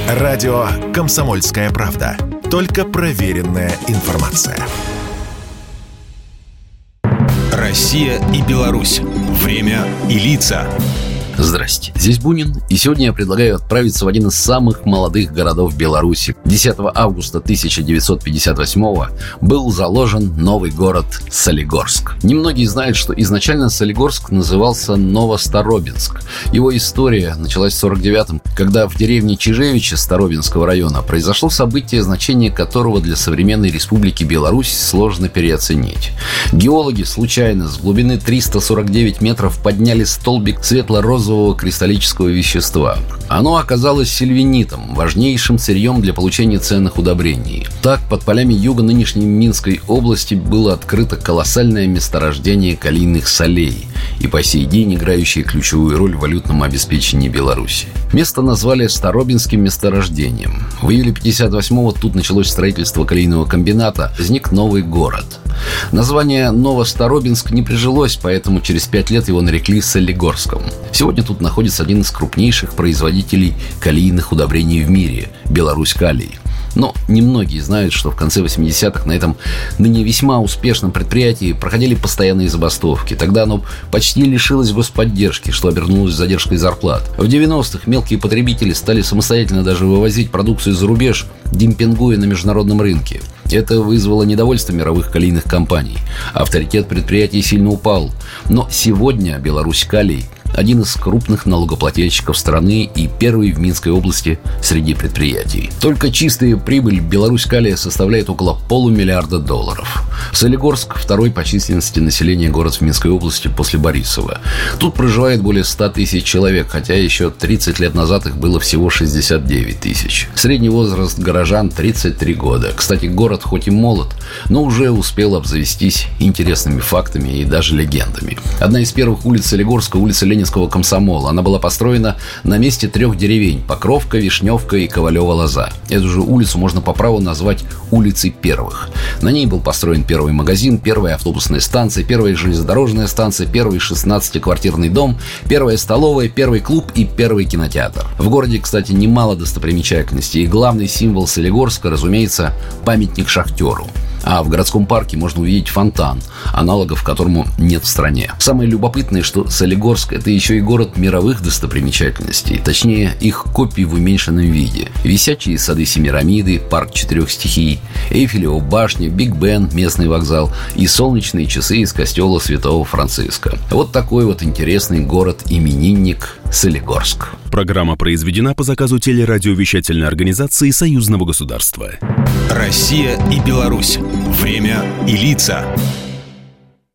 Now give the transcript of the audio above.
Радио «Комсомольская правда». Только проверенная информация. Россия и Беларусь. Время и лица. Здрасте, здесь Бунин, и сегодня я предлагаю отправиться в один из самых молодых городов Беларуси. 10 августа 1958 был заложен новый город Солигорск. Немногие знают, что изначально Солигорск назывался Новосторобинск. Его история началась в 1949-м, когда в деревне Чижевичи Сторобинского района произошло событие, значение которого для современной республики Беларусь сложно переоценить. Геологи случайно с глубины 349 метров подняли столбик светло-розового кристаллического вещества. Оно оказалось сильвинитом, важнейшим сырьем для получения ценных удобрений. Так, под полями юга нынешней Минской области было открыто колоссальное месторождение калийных солей и по сей день играющее ключевую роль в валютном обеспечении Беларуси. Место назвали Сторобинским месторождением. В июле 1958-го тут началось строительство калийного комбината, возник новый город. Название Новосторобинск не прижилось, поэтому через 5 лет его нарекли Солигорском. Сегодня тут находится один из крупнейших производителей калийных удобрений в мире – Беларусь Калий. Но немногие знают, что в конце 80-х на этом ныне весьма успешном предприятии проходили постоянные забастовки. Тогда оно почти лишилось господдержки, что обернулось задержкой зарплат. В 90-х мелкие потребители стали самостоятельно даже вывозить продукцию за рубеж, демпингуя на международном рынке. Это вызвало недовольство мировых калийных компаний. Авторитет предприятий сильно упал. Но сегодня Беларусь Калий – один из крупных налогоплательщиков страны и первый в Минской области среди предприятий. Только чистая прибыль Беларусь Калия составляет около $500 миллиарда. Солигорск – второй по численности населения город в Минской области после Борисова. Тут проживает более 100 тысяч человек, хотя еще 30 лет назад их было всего 69 тысяч. Средний возраст горожан – 33 года. Кстати, город хоть и молод, но уже успел обзавестись интересными фактами и даже легендами. Одна из первых улиц Солигорска – улица Ленинского комсомола. Она была построена на месте 3 деревень – Покровка, Вишневка и Ковалева-Лоза. Эту же улицу можно по праву назвать улицей первых. На ней был построен первый магазин, первая автобусная станция, первая железнодорожная станция, первый 16-квартирный дом, первая столовая, первый клуб и первый кинотеатр. В городе, кстати, немало достопримечательностей, и главный символ Солигорска, разумеется, памятник шахтеру. А в городском парке можно увидеть фонтан, аналогов которому нет в стране. Самое любопытное, что Солигорск – это еще и город мировых достопримечательностей, точнее, их копий в уменьшенном виде. Висячие сады Семирамиды, парк 4 стихий, Эйфелева башня, Биг Бен, местный вокзал и солнечные часы из костела Святого Франциска. Вот такой вот интересный город-именинник Солигорск. Программа произведена по заказу телерадиовещательной организации Союзного государства. Россия и Беларусь. Время и лица.